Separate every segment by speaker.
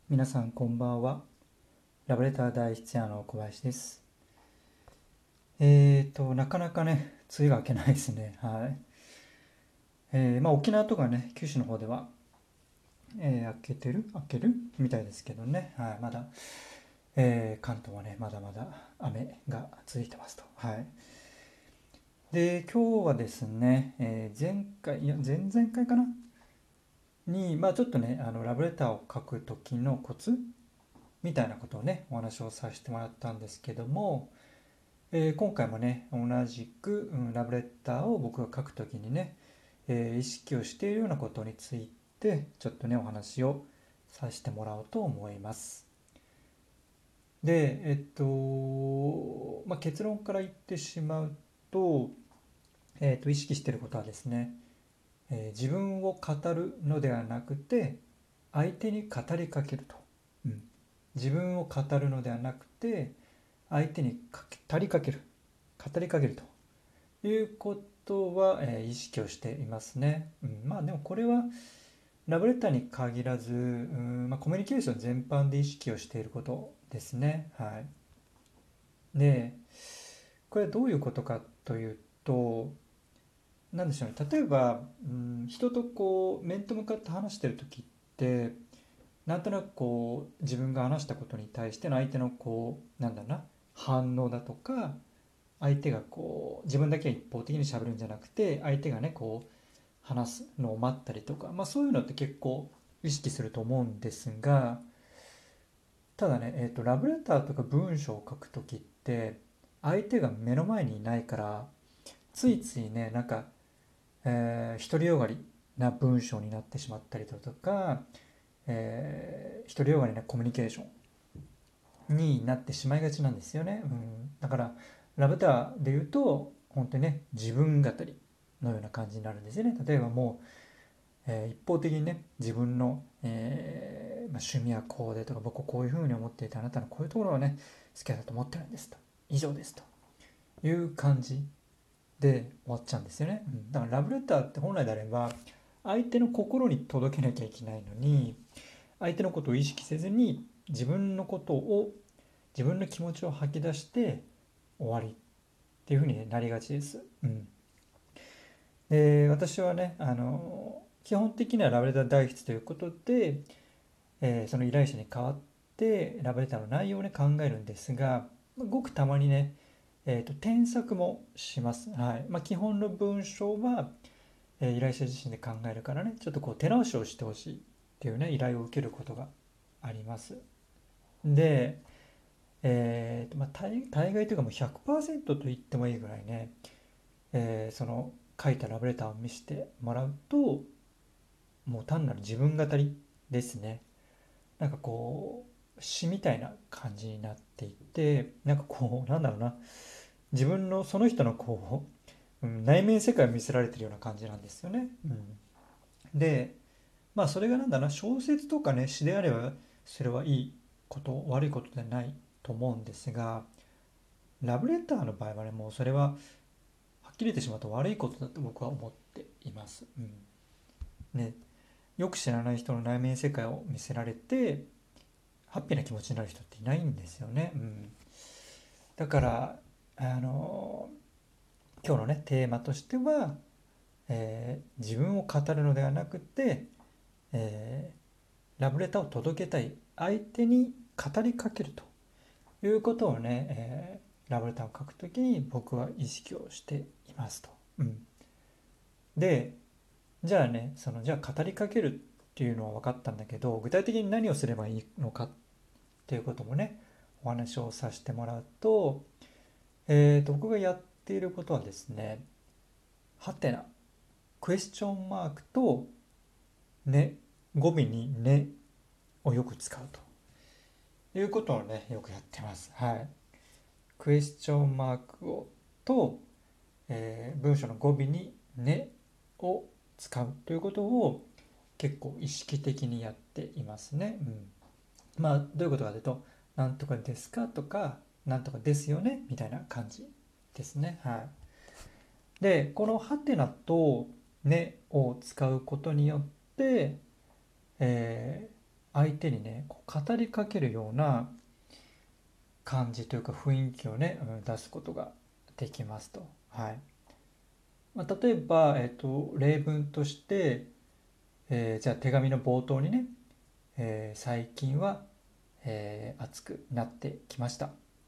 Speaker 1: 皆さんこんばんは。ラブレター大筆屋の小林です。なかなかね、梅雨が明けないですね。はい。沖縄とかね、九州の方では、明けるみたいですけどね。はい。まだ、関東はね、まだまだ雨が続いてますと。はい。で、今日はですね、前回、いや、前々回かなに、ちょっとね、ラブレターを書く時のコツみたいなことをね、お話をさせてもらったんですけども、今回もね同じく、ラブレターを僕が書くときにね、意識をしているようなことについてちょっとねお話をさせてもらおうと思います。で結論から言ってしまうと、意識していることはですね、自分を語るのではなくて相手に語りかけると、うん、自分を語るのではなくて相手に語りかける語りかけるということは、意識をしていますね。でもこれはラブレターに限らず、コミュニケーション全般で意識をしていることですね。はい。で、これはどういうことかというと、なんでしょうね。例えば、人とこう面と向かって話してる時って、なんとなくこう自分が話したことに対しての相手のこうなんだろうな反応だとか、相手がこう自分だけが一方的に喋るんじゃなくて相手がねこう話すのを待ったりとか、そういうのって結構意識すると思うんですが、ただね、ラブレターとか文章を書くときって相手が目の前にいないから、ついついね独りよがりな文章になってしまったりだとか、独りよがりなコミュニケーションになってしまいがちなんですよね。だからラブレターで言うと本当にね自分語りのような感じになるんですよね。例えばもう一方的にね自分の、趣味はこうでとか、僕はこういうふうに思っていてあなたのこういうところをね好きだと思ってるんですと、以上ですという感じで終わっちゃうんですよね。だからラブレターって本来であれば相手の心に届けなきゃいけないのに、相手のことを意識せずに自分の気持ちを吐き出して終わりっていうふうになりがちです。で私はね基本的にはラブレター代筆ということで、その依頼者に代わってラブレターの内容をね考えるんですが、ごくたまにね、添削もします。はい。基本の文章は、依頼者自身で考えるからね、ちょっとこう手直しをしてほしいっていうね依頼を受けることがあります。で、大概というかもう100%と言ってもいいぐらいね、その書いたラブレターを見せてもらうと、もう単なる自分語りですね。なんかこう詩みたいな感じになっていて、なんかこうなんだろうな、自分のその人のこう、内面世界を見せられてるような感じなんですよね。で、それがなんだな、小説とかね詩であればそれはいいこと悪いことではないと思うんですが、ラブレターの場合はねもうそれははっきり言ってしまうと悪いことだと僕は思っています。ね、よく知らない人の内面世界を見せられてハッピーな気持ちになる人っていないんですよね。だから今日のねテーマとしては、自分を語るのではなくて、えラブレターを届けたい相手に語りかけるということをね、ラブレターを書くときに僕は意識をしていますと。で、じゃあねじゃあ語りかけるっていうのは分かったんだけど、具体的に何をすればいいのかっていうこともねお話をさせてもらうと、僕がやっていることはですね、ハテナ、クエスチョンマークとね、語尾にねをよく使うということをね、よくやってます。はい。クエスチョンマークをと、文章の語尾にねを使うということを結構意識的にやっていますね。どういうことかというと、なんとかですかとか、なんとかですよねみたいな感じですね。はい。で、このハテナとねを使うことによって、 相手にねこう語りかけるような感じというか雰囲気をね、出すことができますと。はい。例えば、例文として、じゃあ手紙の冒頭にね、最近は、暑くなってきました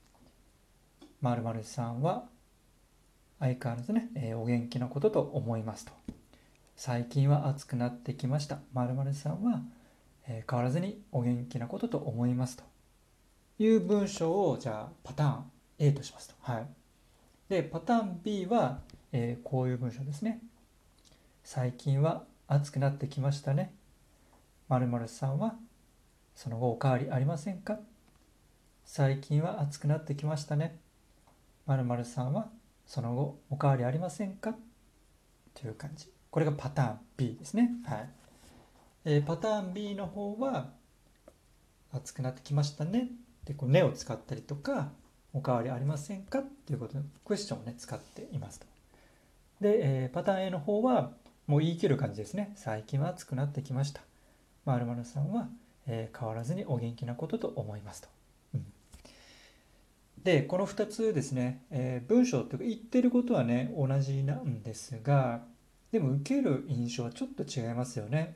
Speaker 1: 。〇〇さんは相変わらずね、お元気なことと思いますと。最近は暑くなってきました。〇〇さんは、変わらずにお元気なことと思いますという文章をじゃあパターン A としますと。はい。で、パターン B は、こういう文章ですね。最近は暑くなってきましたね。〇〇さんはその後お変わりありませんか？最近は暑くなってきましたね。〇〇さんはその後お変わりありませんか？という感じ。これがパターン B ですね。はい。パターン B の方は暑くなってきましたねでこうねを使ったりとかお変わりありませんかということでクエスチョンをね使っていますと。で、パターン A の方はもう言い切る感じですね。最近は暑くなってきました。〇〇さんは、変わらずにお元気なことと思いますと。うん、でこの2つですね、文章というか言ってることはね同じなんですがでも受ける印象はちょっと違いますよね。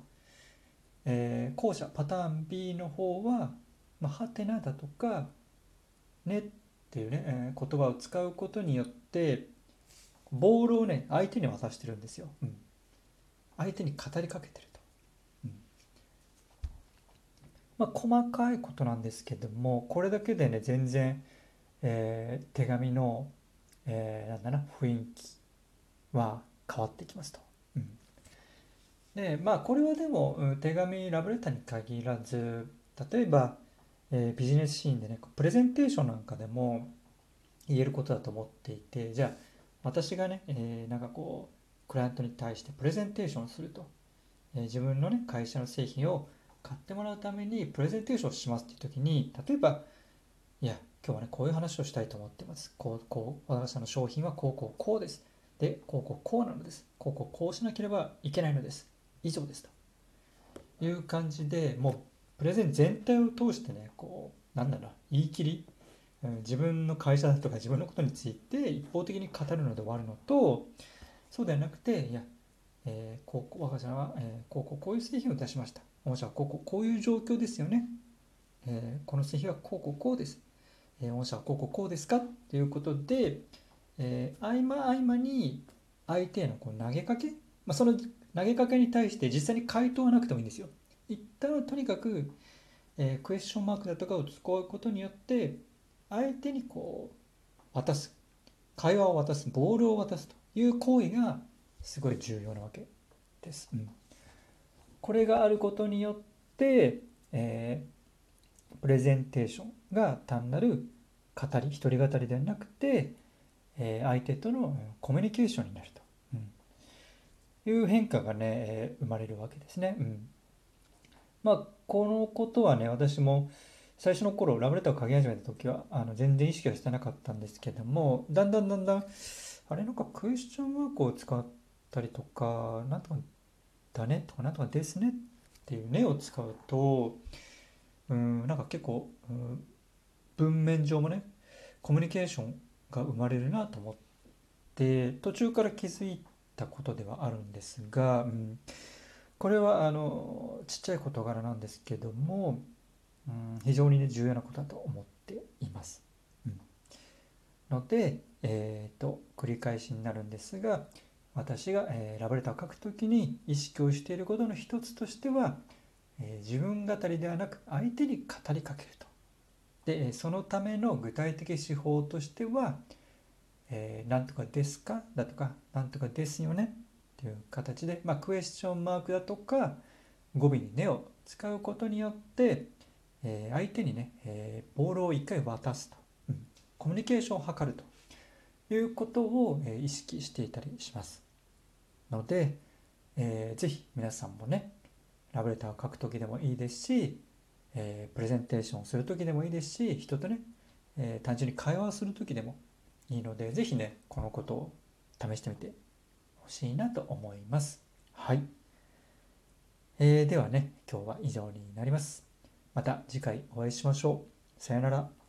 Speaker 1: 後者パターン B の方は、はてなだとかねっていうね、言葉を使うことによってボールをね相手に渡してるんですよ。相手に語りかけてると。うん細かいことなんですけどもこれだけでね全然、手紙の、なんだな雰囲気は変わってきますと。うんでこれはでも、手紙ラブレターに限らず例えば、ビジネスシーンでねプレゼンテーションなんかでも言えることだと思っていてじゃあ私がね、なんかこうクライアントに対してプレゼンテーションをすると、自分のね会社の製品を買ってもらうためにプレゼンテーションをしますっていう時に例えばいや今日はねこういう話をしたいと思ってます。私の商品はこうですでこうなのですこうしなければいけないのです以上ですという感じでもうプレゼン全体を通してねこうなんだろう言い切り自分の会社だとか自分のことについて一方的に語るので終わるのとそうではなくていや、我が社は、こういう製品を出しました。御社はこういう状況ですよね。この製品はこうです。御社はこうですかということで、合間合間に相手へのこう投げかけ、その投げかけに対して実際に回答はなくてもいいんですよ。一旦はとにかく、クエスチョンマークだとかを使うことによって相手にこう渡す会話を渡すボールを渡すという行為がすごい重要なわけです。これがあることによって、プレゼンテーションが単なる一人語りではなくて、相手とのコミュニケーションになると、いう変化がね、生まれるわけですね。このことはね私も最初の頃ラブレターを書き始めた時は全然意識はしてなかったんですけどもだんだんあれなんかクエスチョンマークを使ったりとかなんとかだねとかなんとかですねっていうねを使うとなんか結構、文面上もねコミュニケーションが生まれるなと思って途中から気づいたことではあるんですが、これはちっちゃい事柄なんですけども、非常にね重要なことだと思っています。ので、繰り返しになるんですが私が、ラブレターを書くときに意識をしていることの一つとしては、自分語りではなく相手に語りかけると。でそのための具体的手法としては、なんとかですかだとかなんとかですよねっていう形で、クエスチョンマークだとか語尾にねを使うことによって、相手にね、ボールを一回渡すと、コミュニケーションを図るということを、意識していたりしますので、ぜひ皆さんもねラブレターを書く時でもいいですし、プレゼンテーションをする時でもいいですし人とね、単純に会話をする時でもいいのでぜひねこのことを試してみてほしいなと思います。はい、 ではね、今日は以上になります。また次回お会いしましょう。さよなら。